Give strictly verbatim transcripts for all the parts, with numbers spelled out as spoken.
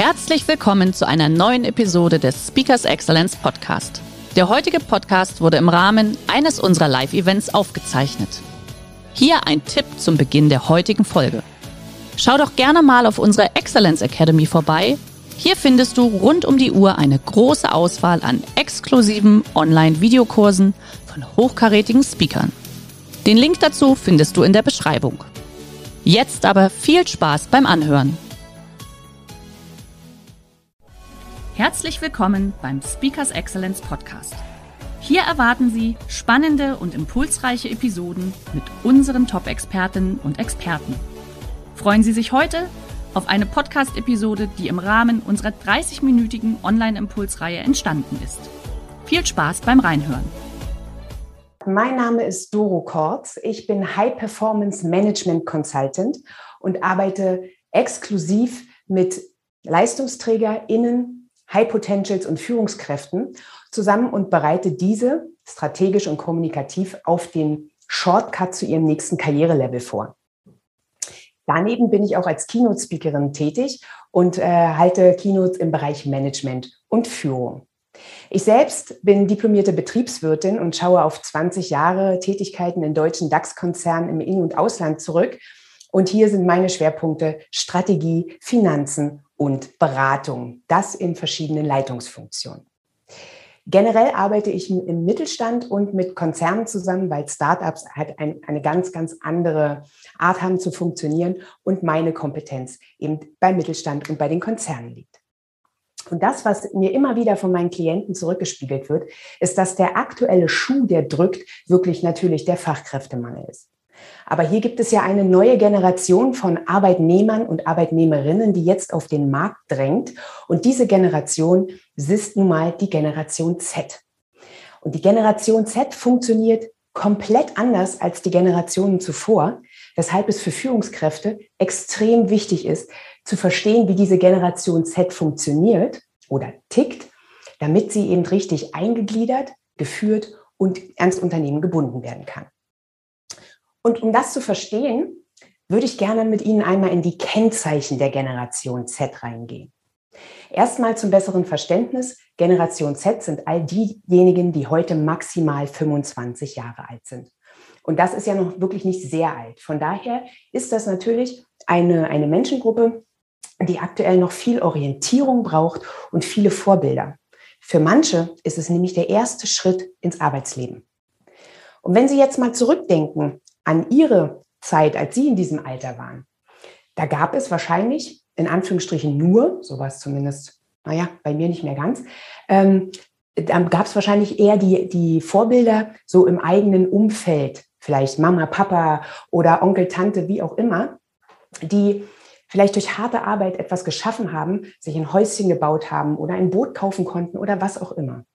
Herzlich willkommen zu einer neuen Episode des Speakers Excellence Podcast. Der heutige Podcast wurde im Rahmen eines unserer Live-Events aufgezeichnet. Hier ein Tipp zum Beginn der heutigen Folge. Schau doch gerne mal auf unserer Excellence Academy vorbei. Hier findest du rund um die Uhr eine große Auswahl an exklusiven Online-Videokursen von hochkarätigen Speakern. Den Link dazu findest du in der Beschreibung. Jetzt aber viel Spaß beim Anhören. Herzlich willkommen beim Speakers Excellence Podcast. Hier erwarten Sie spannende und impulsreiche Episoden mit unseren Top-Expertinnen und Experten. Freuen Sie sich heute auf eine Podcast-Episode, die im Rahmen unserer dreißig-minütigen Online-Impulsreihe entstanden ist. Viel Spaß beim Reinhören. Mein Name ist Doro Kortz. Ich bin High Performance Management Consultant und arbeite exklusiv mit LeistungsträgerInnen, High Potentials und Führungskräften zusammen und bereite diese strategisch und kommunikativ auf den Shortcut zu ihrem nächsten Karrierelevel vor. Daneben bin ich auch als Keynote-Speakerin tätig und äh, halte Keynotes im Bereich Management und Führung. Ich selbst bin diplomierte Betriebswirtin und schaue auf zwanzig Jahre Tätigkeiten in deutschen DAX-Konzernen im In- und Ausland zurück. Und hier sind meine Schwerpunkte Strategie, Finanzen und Beratung. Das in verschiedenen Leitungsfunktionen. Generell arbeite ich im Mittelstand und mit Konzernen zusammen, weil Startups halt ein, eine ganz, ganz andere Art haben zu funktionieren und meine Kompetenz eben beim Mittelstand und bei den Konzernen liegt. Und das, was mir immer wieder von meinen Klienten zurückgespiegelt wird, ist, dass der aktuelle Schuh, der drückt, wirklich natürlich der Fachkräftemangel ist. Aber hier gibt es ja eine neue Generation von Arbeitnehmern und Arbeitnehmerinnen, die jetzt auf den Markt drängt. Und diese Generation ist nun mal die Generation Z. Und die Generation Z funktioniert komplett anders als die Generationen zuvor, weshalb es für Führungskräfte extrem wichtig ist, zu verstehen, wie diese Generation Z funktioniert oder tickt, damit sie eben richtig eingegliedert, geführt und ans Unternehmen gebunden werden kann. Und um das zu verstehen, würde ich gerne mit Ihnen einmal in die Kennzeichen der Generation Z reingehen. Erstmal zum besseren Verständnis, Generation Z sind all diejenigen, die heute maximal fünfundzwanzig Jahre alt sind. Und das ist ja noch wirklich nicht sehr alt. Von daher ist das natürlich eine, eine Menschengruppe, die aktuell noch viel Orientierung braucht und viele Vorbilder. Für manche ist es nämlich der erste Schritt ins Arbeitsleben. Und wenn Sie jetzt mal zurückdenken an Ihre Zeit, als Sie in diesem Alter waren, da gab es wahrscheinlich, in Anführungsstrichen nur, so war es zumindest, naja, bei mir nicht mehr ganz, ähm, da gab es wahrscheinlich eher die, die Vorbilder so im eigenen Umfeld, vielleicht Mama, Papa oder Onkel, Tante, wie auch immer, die vielleicht durch harte Arbeit etwas geschaffen haben, sich ein Häuschen gebaut haben oder ein Boot kaufen konnten oder was auch immer.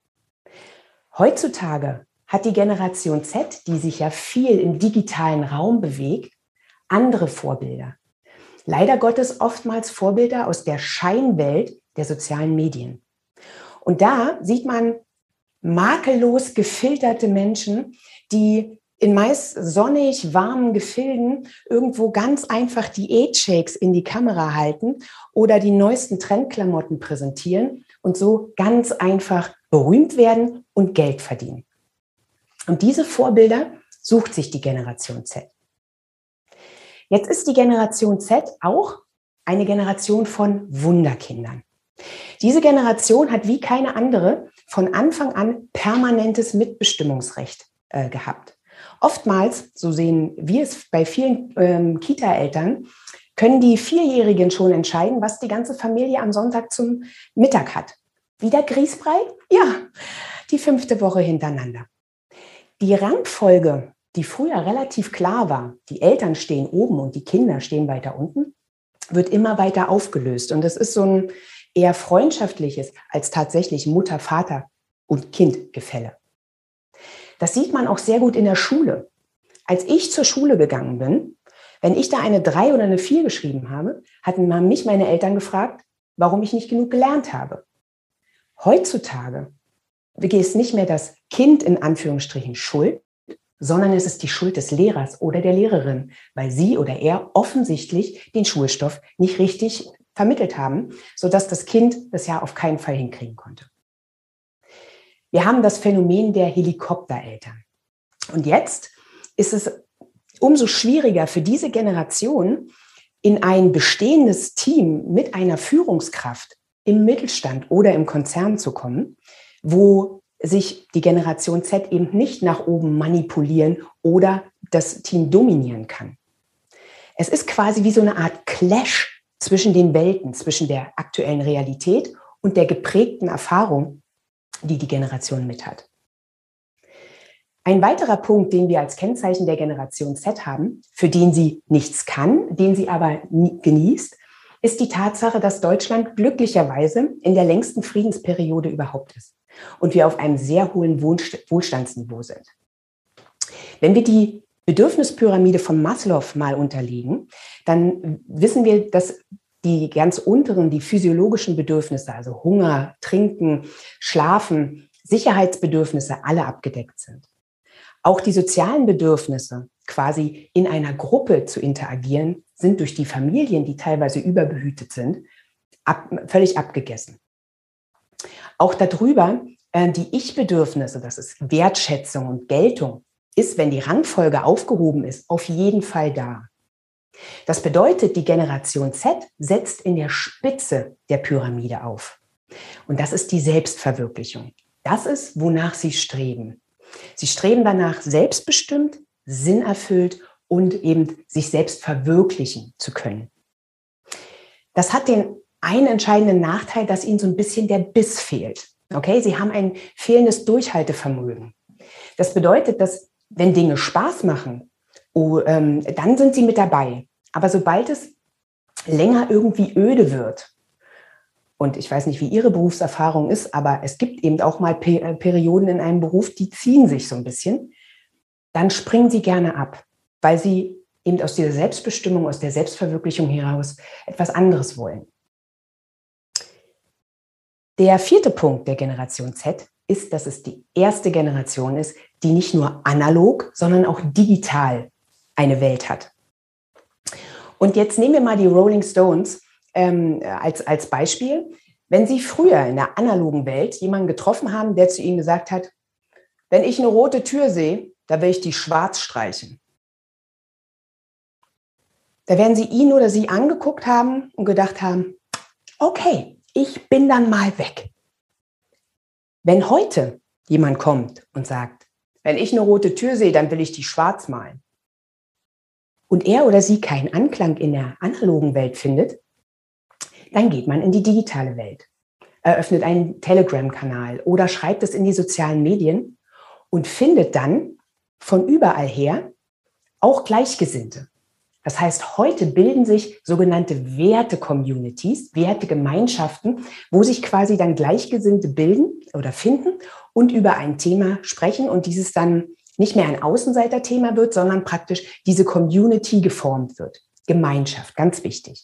Heutzutage hat die Generation Z, die sich ja viel im digitalen Raum bewegt, andere Vorbilder. Leider Gottes oftmals Vorbilder aus der Scheinwelt der sozialen Medien. Und da sieht man makellos gefilterte Menschen, die in meist sonnig warmen Gefilden irgendwo ganz einfach Diätshakes in die Kamera halten oder die neuesten Trendklamotten präsentieren und so ganz einfach berühmt werden und Geld verdienen. Und diese Vorbilder sucht sich die Generation Z. Jetzt ist die Generation Z auch eine Generation von Wunderkindern. Diese Generation hat wie keine andere von Anfang an permanentes Mitbestimmungsrecht äh, gehabt. Oftmals, so sehen wir es bei vielen ähm, Kita-Eltern, können die Vierjährigen schon entscheiden, was die ganze Familie am Sonntag zum Mittag hat. Wieder Grießbrei? Ja, die fünfte Woche hintereinander. Die Rangfolge, die früher relativ klar war, die Eltern stehen oben und die Kinder stehen weiter unten, wird immer weiter aufgelöst. Und es ist so ein eher freundschaftliches als tatsächlich Mutter, Vater und Kind-Gefälle. Das sieht man auch sehr gut in der Schule. Als ich zur Schule gegangen bin, wenn ich da eine drei oder eine vier geschrieben habe, hatten mich meine Eltern gefragt, warum ich nicht genug gelernt habe. Heutzutage ist nicht mehr das Kind in Anführungsstrichen schuld, sondern es ist die Schuld des Lehrers oder der Lehrerin, weil sie oder er offensichtlich den Schulstoff nicht richtig vermittelt haben, sodass das Kind das ja auf keinen Fall hinkriegen konnte. Wir haben das Phänomen der Helikoptereltern. Und jetzt ist es umso schwieriger für diese Generation, in ein bestehendes Team mit einer Führungskraft im Mittelstand oder im Konzern zu kommen, wo sich die Generation Z eben nicht nach oben manipulieren oder das Team dominieren kann. Es ist quasi wie so eine Art Clash zwischen den Welten, zwischen der aktuellen Realität und der geprägten Erfahrung, die die Generation mit hat. Ein weiterer Punkt, den wir als Kennzeichen der Generation Z haben, für den sie nichts kann, den sie aber genießt, ist die Tatsache, dass Deutschland glücklicherweise in der längsten Friedensperiode überhaupt ist und wir auf einem sehr hohen Wohlstandsniveau sind. Wenn wir die Bedürfnispyramide von Maslow mal unterlegen, dann wissen wir, dass die ganz unteren, die physiologischen Bedürfnisse, also Hunger, Trinken, Schlafen, Sicherheitsbedürfnisse, alle abgedeckt sind. Auch die sozialen Bedürfnisse, quasi in einer Gruppe zu interagieren, sind durch die Familien, die teilweise überbehütet sind, ab, völlig abgegessen. Auch darüber, äh, die Ich-Bedürfnisse, das ist Wertschätzung und Geltung, ist, wenn die Rangfolge aufgehoben ist, auf jeden Fall da. Das bedeutet, die Generation Z setzt in der Spitze der Pyramide auf. Und das ist die Selbstverwirklichung. Das ist, wonach sie streben. Sie streben danach, selbstbestimmt, sinnerfüllt und eben sich selbst verwirklichen zu können. Das hat den einen entscheidenden Nachteil, dass ihnen so ein bisschen der Biss fehlt. Okay, sie haben ein fehlendes Durchhaltevermögen. Das bedeutet, dass wenn Dinge Spaß machen, oh, ähm, dann sind sie mit dabei. Aber sobald es länger irgendwie öde wird, und ich weiß nicht, wie Ihre Berufserfahrung ist, aber es gibt eben auch mal Pe- Perioden in einem Beruf, die ziehen sich so ein bisschen, dann springen Sie gerne ab, weil Sie eben aus dieser Selbstbestimmung, aus der Selbstverwirklichung heraus etwas anderes wollen. Der vierte Punkt der Generation Z ist, dass es die erste Generation ist, die nicht nur analog, sondern auch digital eine Welt hat. Und jetzt nehmen wir mal die Rolling Stones ähm, als, als Beispiel. Wenn Sie früher in der analogen Welt jemanden getroffen haben, der zu Ihnen gesagt hat, wenn ich eine rote Tür sehe, da will ich die schwarz streichen. Da werden Sie ihn oder sie angeguckt haben und gedacht haben, okay, ich bin dann mal weg. Wenn heute jemand kommt und sagt, wenn ich eine rote Tür sehe, dann will ich die schwarz malen, und er oder sie keinen Anklang in der analogen Welt findet, dann geht man in die digitale Welt, eröffnet einen Telegram-Kanal oder schreibt es in die sozialen Medien und findet dann von überall her auch Gleichgesinnte. Das heißt, heute bilden sich sogenannte Werte-Communities, Wertegemeinschaften, wo sich quasi dann Gleichgesinnte bilden oder finden und über ein Thema sprechen und dieses dann nicht mehr ein Außenseiter-Thema wird, sondern praktisch diese Community geformt wird. Gemeinschaft, ganz wichtig.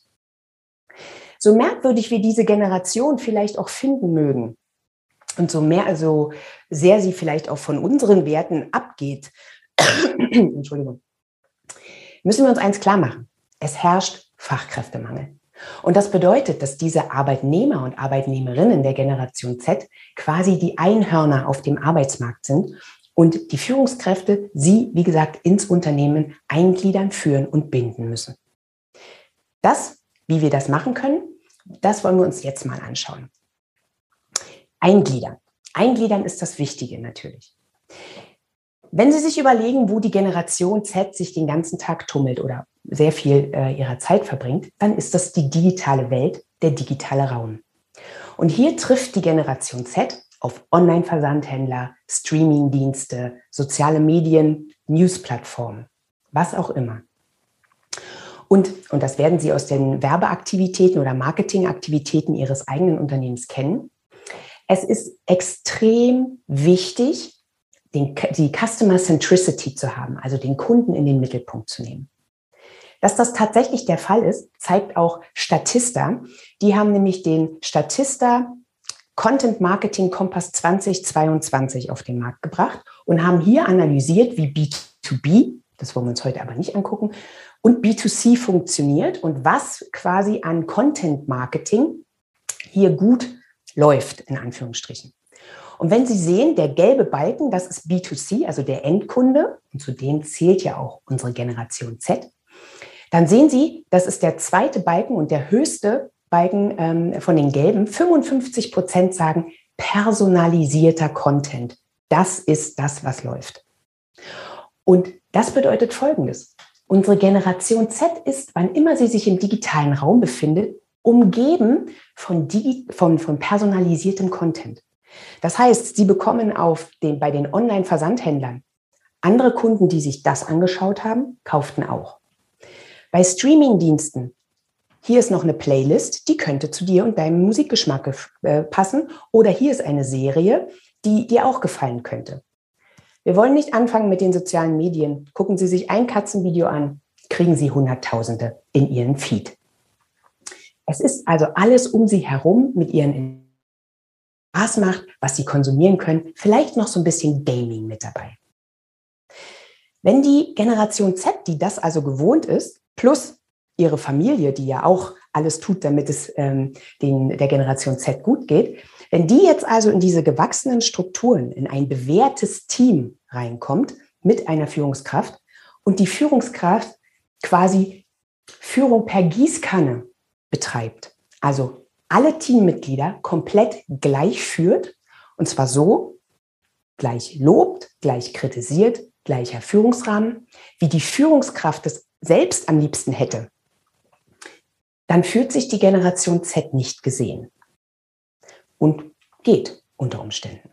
So merkwürdig wir diese Generation vielleicht auch finden mögen und so mehr, also sehr sie vielleicht auch von unseren Werten abgeht, Entschuldigung, müssen wir uns eins klar machen. Es herrscht Fachkräftemangel. Und das bedeutet, dass diese Arbeitnehmer und Arbeitnehmerinnen der Generation Z quasi die Einhörner auf dem Arbeitsmarkt sind und die Führungskräfte sie, wie gesagt, ins Unternehmen eingliedern, führen und binden müssen. Das, wie wir das machen können, das wollen wir uns jetzt mal anschauen. Eingliedern. Eingliedern ist das Wichtige natürlich. Wenn Sie sich überlegen, wo die Generation Z sich den ganzen Tag tummelt oder sehr viel äh, ihrer Zeit verbringt, dann ist das die digitale Welt, der digitale Raum. Und hier trifft die Generation Z auf Online-Versandhändler, Streaming-Dienste, soziale Medien, News-Plattformen, was auch immer. Und, und das werden Sie aus den Werbeaktivitäten oder Marketingaktivitäten Ihres eigenen Unternehmens kennen. Es ist extrem wichtig, den, die Customer Centricity zu haben, also den Kunden in den Mittelpunkt zu nehmen. Dass das tatsächlich der Fall ist, zeigt auch Statista. Die haben nämlich den Statista Content Marketing Kompass zwanzig zweiundzwanzig auf den Markt gebracht und haben hier analysiert, wie B zwei B, das wollen wir uns heute aber nicht angucken, und B zwei C funktioniert und was quasi an Content Marketing hier gut läuft, in Anführungsstrichen. Und wenn Sie sehen, der gelbe Balken, das ist B zwei C, also der Endkunde, und zu dem zählt ja auch unsere Generation Z, dann sehen Sie, das ist der zweite Balken und der höchste Balken ähm, von den gelben. fünfundfünfzig Prozent sagen personalisierter Content. Das ist das, was läuft. Und das bedeutet Folgendes. Unsere Generation Z ist, wann immer sie sich im digitalen Raum befindet, umgeben von, Digi- von, von personalisiertem Content. Das heißt, sie bekommen auf den, bei den Online-Versandhändlern andere Kunden, die sich das angeschaut haben, kauften auch. Bei Streaming-Diensten, hier ist noch eine Playlist, die könnte zu dir und deinem Musikgeschmack äh, passen. Oder hier ist eine Serie, die dir auch gefallen könnte. Wir wollen nicht anfangen mit den sozialen Medien. Gucken Sie sich ein Katzenvideo an, kriegen Sie Hunderttausende in Ihren Feed. Es ist also alles um Sie herum mit Ihren Spaß macht, was Sie konsumieren können, vielleicht noch so ein bisschen Gaming mit dabei. Wenn die Generation Z, die das also gewohnt ist, plus ihre Familie, die ja auch alles tut, damit es ähm, den, der Generation Z gut geht, wenn die jetzt also in diese gewachsenen Strukturen, in ein bewährtes Team reinkommt mit einer Führungskraft und die Führungskraft quasi Führung per Gießkanne betreibt, also alle Teammitglieder komplett gleich führt, und zwar so, gleich lobt, gleich kritisiert, gleicher Führungsrahmen, wie die Führungskraft es selbst am liebsten hätte, dann fühlt sich die Generation Z nicht gesehen und geht unter Umständen.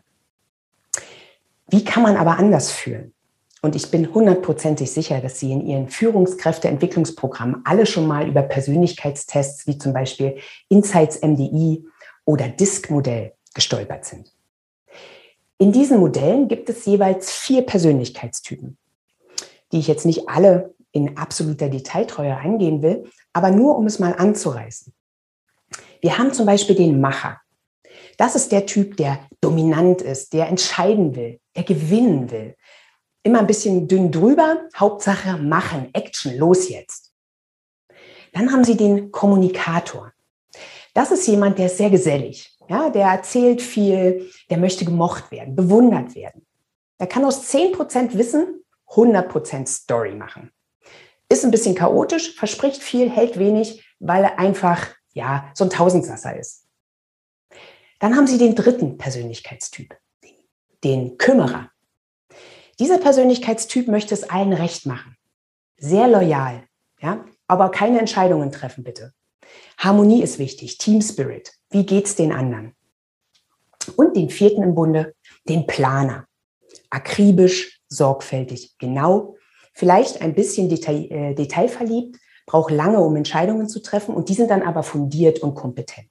Wie kann man aber anders führen? Und ich bin hundertprozentig sicher, dass Sie in Ihren Führungskräfteentwicklungsprogrammen alle schon mal über Persönlichkeitstests wie zum Beispiel Insights M D I oder D I S C-Modell gestolpert sind. In diesen Modellen gibt es jeweils vier Persönlichkeitstypen, die ich jetzt nicht alle in absoluter Detailtreue eingehen will, aber nur um es mal anzureißen. Wir haben zum Beispiel den Macher. Das ist der Typ, der dominant ist, der entscheiden will, der gewinnen will. Immer ein bisschen dünn drüber, Hauptsache machen, Action, los jetzt. Dann haben Sie den Kommunikator. Das ist jemand, der ist sehr gesellig. Ja, der erzählt viel, der möchte gemocht werden, bewundert werden. Der kann aus zehn Prozent Wissen hundert Prozent Story machen. Ist ein bisschen chaotisch, verspricht viel, hält wenig, weil er einfach ja, so ein Tausendsasser ist. Dann haben Sie den dritten Persönlichkeitstyp, den Kümmerer. Dieser Persönlichkeitstyp möchte es allen recht machen. Sehr loyal, ja, aber keine Entscheidungen treffen, bitte. Harmonie ist wichtig, Team Spirit. Wie geht's den anderen? Und den vierten im Bunde, den Planer. Akribisch, sorgfältig, genau, vielleicht ein bisschen detail, äh, detailverliebt, braucht lange, um Entscheidungen zu treffen und die sind dann aber fundiert und kompetent.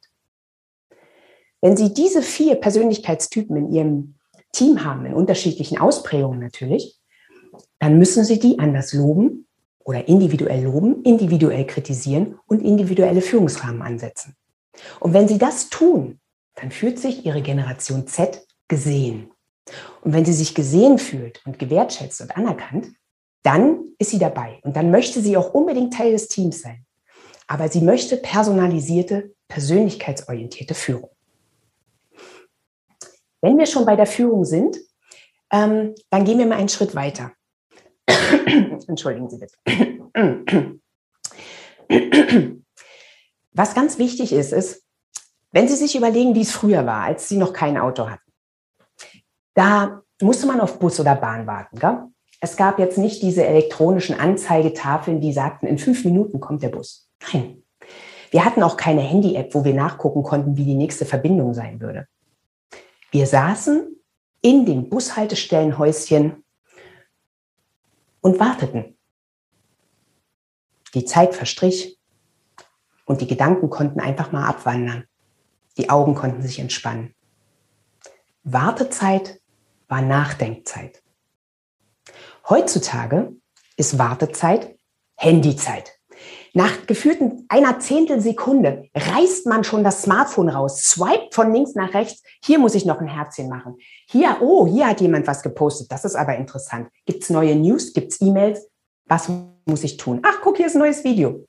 Wenn Sie diese vier Persönlichkeitstypen in Ihrem Team haben, in unterschiedlichen Ausprägungen natürlich, dann müssen Sie die anders loben oder individuell loben, individuell kritisieren und individuelle Führungsrahmen ansetzen. Und wenn Sie das tun, dann fühlt sich Ihre Generation Z gesehen. Und wenn sie sich gesehen fühlt und gewertschätzt und anerkannt, dann ist sie dabei. Und dann möchte sie auch unbedingt Teil des Teams sein. Aber sie möchte personalisierte, persönlichkeitsorientierte Führung. Wenn wir schon bei der Führung sind, ähm, dann gehen wir mal einen Schritt weiter. Entschuldigen Sie bitte. Was ganz wichtig ist, ist, wenn Sie sich überlegen, wie es früher war, als Sie noch kein Auto hatten. Da musste man auf Bus oder Bahn warten. Gell? Es gab jetzt nicht diese elektronischen Anzeigetafeln, die sagten, in fünf Minuten kommt der Bus. Nein. Wir hatten auch keine Handy-App, wo wir nachgucken konnten, wie die nächste Verbindung sein würde. Wir saßen in den Bushaltestellenhäuschen und warteten. Die Zeit verstrich und die Gedanken konnten einfach mal abwandern. Die Augen konnten sich entspannen. Wartezeit war Nachdenkzeit. Heutzutage ist Wartezeit Handyzeit. Nach gefühlten einer Zehntelsekunde reißt man schon das Smartphone raus, swiped von links nach rechts. Hier muss ich noch ein Herzchen machen. Hier, oh, hier hat jemand was gepostet. Das ist aber interessant. Gibt es neue News? Gibt es E-Mails? Was muss ich tun? Ach, guck, hier ist ein neues Video.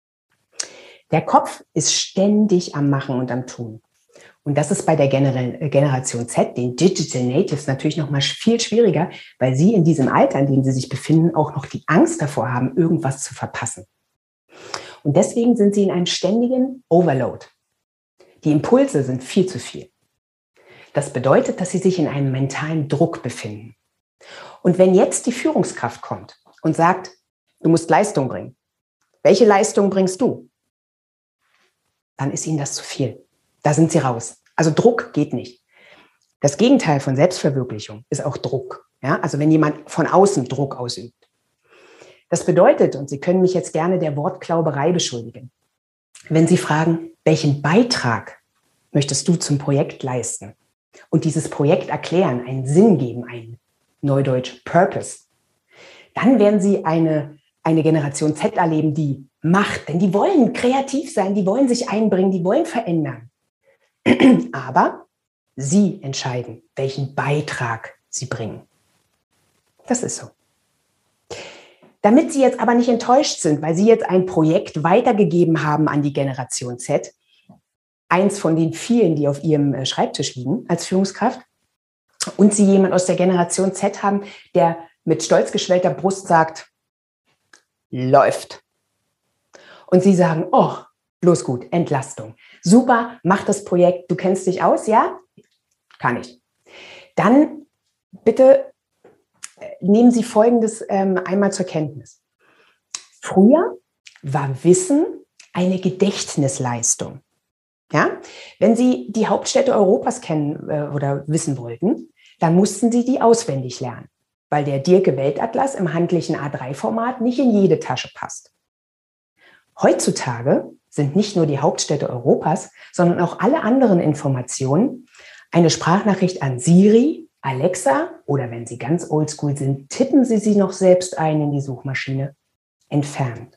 Der Kopf ist ständig am Machen und am Tun. Und das ist bei der Generation Z, den Digital Natives, natürlich noch mal viel schwieriger, weil sie in diesem Alter, in dem sie sich befinden, auch noch die Angst davor haben, irgendwas zu verpassen. Und deswegen sind sie in einem ständigen Overload. Die Impulse sind viel zu viel. Das bedeutet, dass sie sich in einem mentalen Druck befinden. Und wenn jetzt die Führungskraft kommt und sagt, du musst Leistung bringen, welche Leistung bringst du? Dann ist ihnen das zu viel. Da sind sie raus. Also Druck geht nicht. Das Gegenteil von Selbstverwirklichung ist auch Druck. Ja? Also wenn jemand von außen Druck ausübt. Das bedeutet, und Sie können mich jetzt gerne der Wortklauberei beschuldigen, wenn Sie fragen, welchen Beitrag möchtest du zum Projekt leisten und dieses Projekt erklären, einen Sinn geben, einen Neudeutsch Purpose, dann werden Sie eine, eine Generation Z erleben, die macht. Denn die wollen kreativ sein, die wollen sich einbringen, die wollen verändern. Aber sie entscheiden, welchen Beitrag sie bringen. Das ist so. Damit Sie jetzt aber nicht enttäuscht sind, weil Sie jetzt ein Projekt weitergegeben haben an die Generation Z, eins von den vielen, die auf Ihrem Schreibtisch liegen als Führungskraft, und Sie jemand aus der Generation Z haben, der mit stolz geschwellter Brust sagt, läuft. Und Sie sagen, oh, bloß gut, Entlastung. Super, mach das Projekt, du kennst dich aus, ja? Kann ich. Dann bitte nehmen Sie Folgendes ähm, einmal zur Kenntnis. Früher war Wissen eine Gedächtnisleistung. Ja? Wenn Sie die Hauptstädte Europas kennen äh, oder wissen wollten, dann mussten Sie die auswendig lernen, weil der Dierke Weltatlas im handlichen A drei Format nicht in jede Tasche passt. Heutzutage sind nicht nur die Hauptstädte Europas, sondern auch alle anderen Informationen eine Sprachnachricht an Siri, Alexa oder wenn Sie ganz oldschool sind, tippen Sie sie noch selbst ein in die Suchmaschine, entfernt.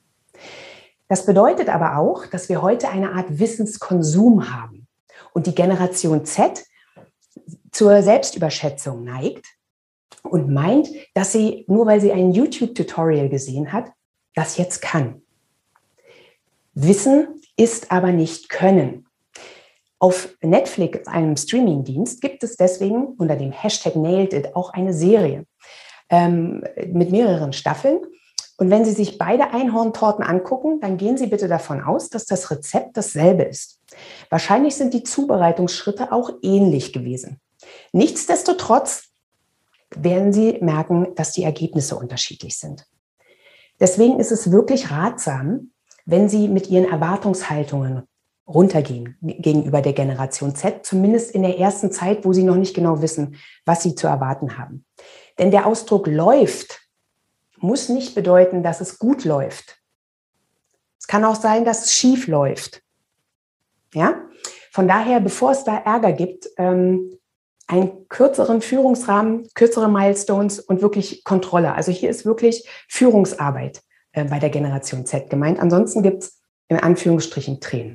Das bedeutet aber auch, dass wir heute eine Art Wissenskonsum haben und die Generation Z zur Selbstüberschätzung neigt und meint, dass sie, nur weil sie ein YouTube-Tutorial gesehen hat, das jetzt kann. Wissen ist aber nicht Können. Auf Netflix, einem Streamingdienst, gibt es deswegen unter dem Hashtag Nailed It auch eine Serie ähm, mit mehreren Staffeln. Und wenn Sie sich beide Einhorntorten angucken, dann gehen Sie bitte davon aus, dass das Rezept dasselbe ist. Wahrscheinlich sind die Zubereitungsschritte auch ähnlich gewesen. Nichtsdestotrotz werden Sie merken, dass die Ergebnisse unterschiedlich sind. Deswegen ist es wirklich ratsam, wenn Sie mit Ihren Erwartungshaltungen runtergehen gegenüber der Generation Z, zumindest in der ersten Zeit, wo Sie noch nicht genau wissen, was Sie zu erwarten haben. Denn der Ausdruck läuft muss nicht bedeuten, dass es gut läuft. Es kann auch sein, dass es schief läuft. Ja? Von daher, bevor es da Ärger gibt, ähm, einen kürzeren Führungsrahmen, kürzere Milestones und wirklich Kontrolle. Also hier ist wirklich Führungsarbeit äh, bei der Generation Z gemeint. Ansonsten gibt es in Anführungsstrichen Tränen.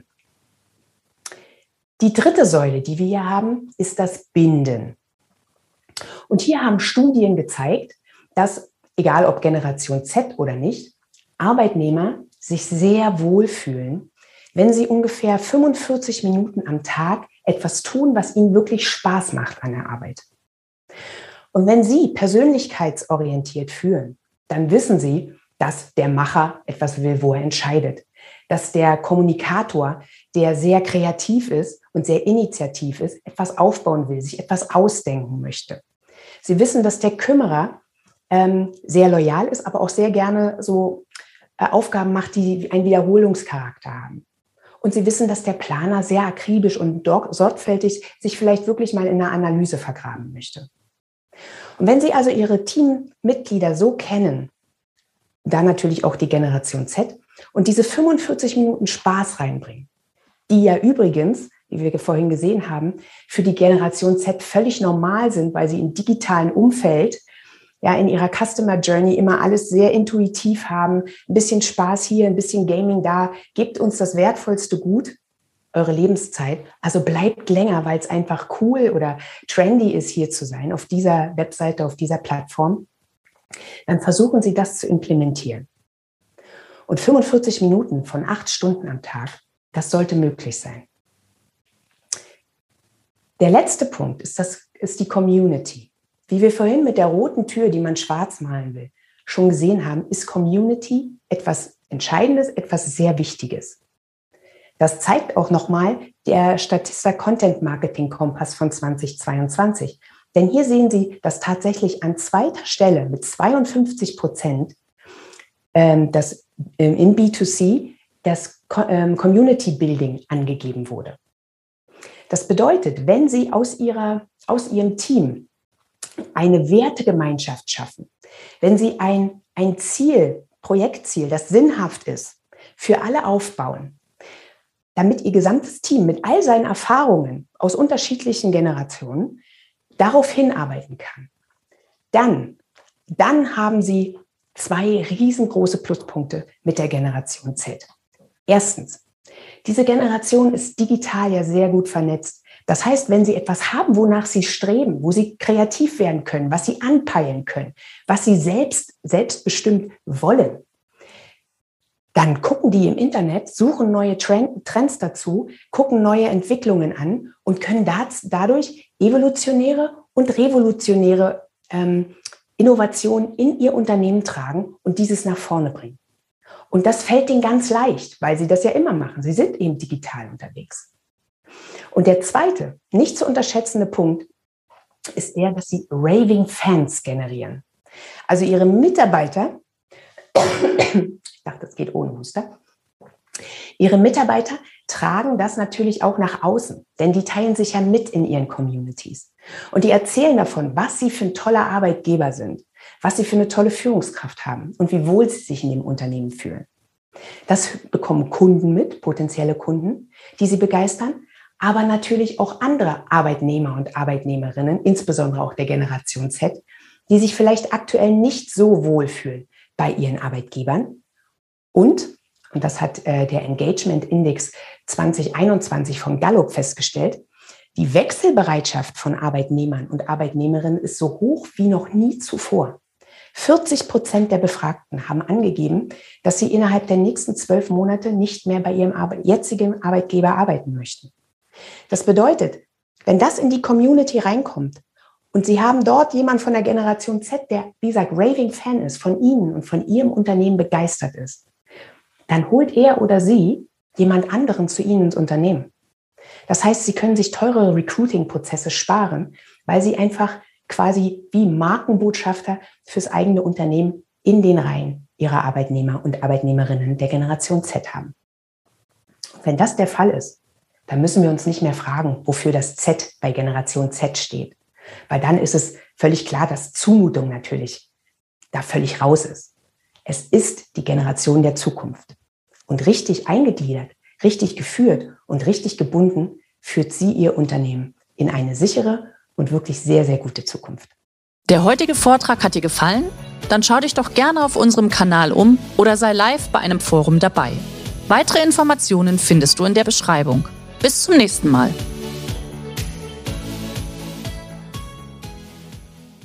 Die dritte Säule, die wir hier haben, ist das Binden. Und hier haben Studien gezeigt, dass, egal ob Generation Z oder nicht, Arbeitnehmer sich sehr wohlfühlen, wenn sie ungefähr fünfundvierzig Minuten am Tag etwas tun, was ihnen wirklich Spaß macht an der Arbeit. Und wenn Sie persönlichkeitsorientiert führen, dann wissen Sie, dass der Macher etwas will, wo er entscheidet. Dass der Kommunikator, der sehr kreativ ist und sehr initiativ ist, etwas aufbauen will, sich etwas ausdenken möchte. Sie wissen, dass der Kümmerer ähm, sehr loyal ist, aber auch sehr gerne so äh, Aufgaben macht, die einen Wiederholungscharakter haben. Und Sie wissen, dass der Planer sehr akribisch und sorgfältig sich vielleicht wirklich mal in einer Analyse vergraben möchte. Und wenn Sie also Ihre Teammitglieder so kennen, dann natürlich auch die Generation Z, und diese fünfundvierzig Minuten Spaß reinbringen, die ja übrigens, wie wir vorhin gesehen haben, für die Generation Z völlig normal sind, weil sie im digitalen Umfeld, ja, in ihrer Customer Journey immer alles sehr intuitiv haben, ein bisschen Spaß hier, ein bisschen Gaming da, gebt uns das wertvollste Gut, eure Lebenszeit, also bleibt länger, weil es einfach cool oder trendy ist, hier zu sein, auf dieser Webseite, auf dieser Plattform. dann versuchen Sie das zu implementieren. Und fünfundvierzig Minuten von acht Stunden am Tag, das sollte möglich sein. Der letzte Punkt ist, das, ist die Community. Wie wir vorhin mit der roten Tür, die man schwarz malen will, schon gesehen haben, ist Community etwas Entscheidendes, etwas sehr Wichtiges. Das zeigt auch nochmal der Statista Content Marketing Kompass von zweitausendzweiundzwanzig. Denn hier sehen Sie, dass tatsächlich an zweiter Stelle mit zweiundfünfzig Prozent ähm, das, ähm, im B zwei C das ähm, Community Building angegeben wurde. Das bedeutet, wenn Sie aus, ihrer, aus Ihrem Team eine Wertegemeinschaft schaffen, wenn Sie ein, ein Ziel, Projektziel, das sinnhaft ist, für alle aufbauen, damit Ihr gesamtes Team mit all seinen Erfahrungen aus unterschiedlichen Generationen darauf hinarbeiten kann, dann, dann haben Sie zwei riesengroße Pluspunkte mit der Generation Z. Erstens, diese Generation ist digital ja sehr gut vernetzt. Das heißt, wenn Sie etwas haben, wonach Sie streben, wo Sie kreativ werden können, was Sie anpeilen können, was Sie selbst, selbstbestimmt wollen, dann gucken die im Internet, suchen neue Trends dazu, gucken neue Entwicklungen an und können dadurch evolutionäre und revolutionäre ähm, Innovationen in ihr Unternehmen tragen und dieses nach vorne bringen. Und das fällt denen ganz leicht, weil sie das ja immer machen. Sie sind eben digital unterwegs. Und der zweite, nicht zu unterschätzende Punkt ist der, dass sie Raving Fans generieren. Also ihre Mitarbeiter, ich dachte, das geht ohne Muster, ihre Mitarbeiter tragen das natürlich auch nach außen, denn die teilen sich ja mit in ihren Communities. Und die erzählen davon, was sie für ein toller Arbeitgeber sind, was sie für eine tolle Führungskraft haben und wie wohl sie sich in dem Unternehmen fühlen. Das bekommen Kunden mit, potenzielle Kunden, die sie begeistern, aber natürlich auch andere Arbeitnehmer und Arbeitnehmerinnen, insbesondere auch der Generation Z, die sich vielleicht aktuell nicht so wohlfühlen bei ihren Arbeitgebern. Und, und das hat äh, der Engagement Index zwanzig einundzwanzig von Gallup festgestellt, die Wechselbereitschaft von Arbeitnehmern und Arbeitnehmerinnen ist so hoch wie noch nie zuvor. vierzig Prozent der Befragten haben angegeben, dass sie innerhalb der nächsten zwölf Monate nicht mehr bei ihrem Arbe- jetzigen Arbeitgeber arbeiten möchten. Das bedeutet, wenn das in die Community reinkommt und Sie haben dort jemanden von der Generation Z, der, wie gesagt, Raving Fan ist, von Ihnen und von Ihrem Unternehmen begeistert ist, dann holt er oder sie jemand anderen zu Ihnen ins Unternehmen. Das heißt, Sie können sich teure Recruiting-Prozesse sparen, weil Sie einfach quasi wie Markenbotschafter fürs eigene Unternehmen in den Reihen Ihrer Arbeitnehmer und Arbeitnehmerinnen der Generation Z haben. Und wenn das der Fall ist, dann müssen wir uns nicht mehr fragen, wofür das Z bei Generation Z steht. Weil dann ist es völlig klar, dass Zumutung natürlich da völlig raus ist. Es ist die Generation der Zukunft. Und richtig eingegliedert, richtig geführt und richtig gebunden führt sie ihr Unternehmen in eine sichere und wirklich sehr, sehr gute Zukunft. Der heutige Vortrag hat dir gefallen? Dann schau dich doch gerne auf unserem Kanal um oder sei live bei einem Forum dabei. Weitere Informationen findest du in der Beschreibung. Bis zum nächsten Mal.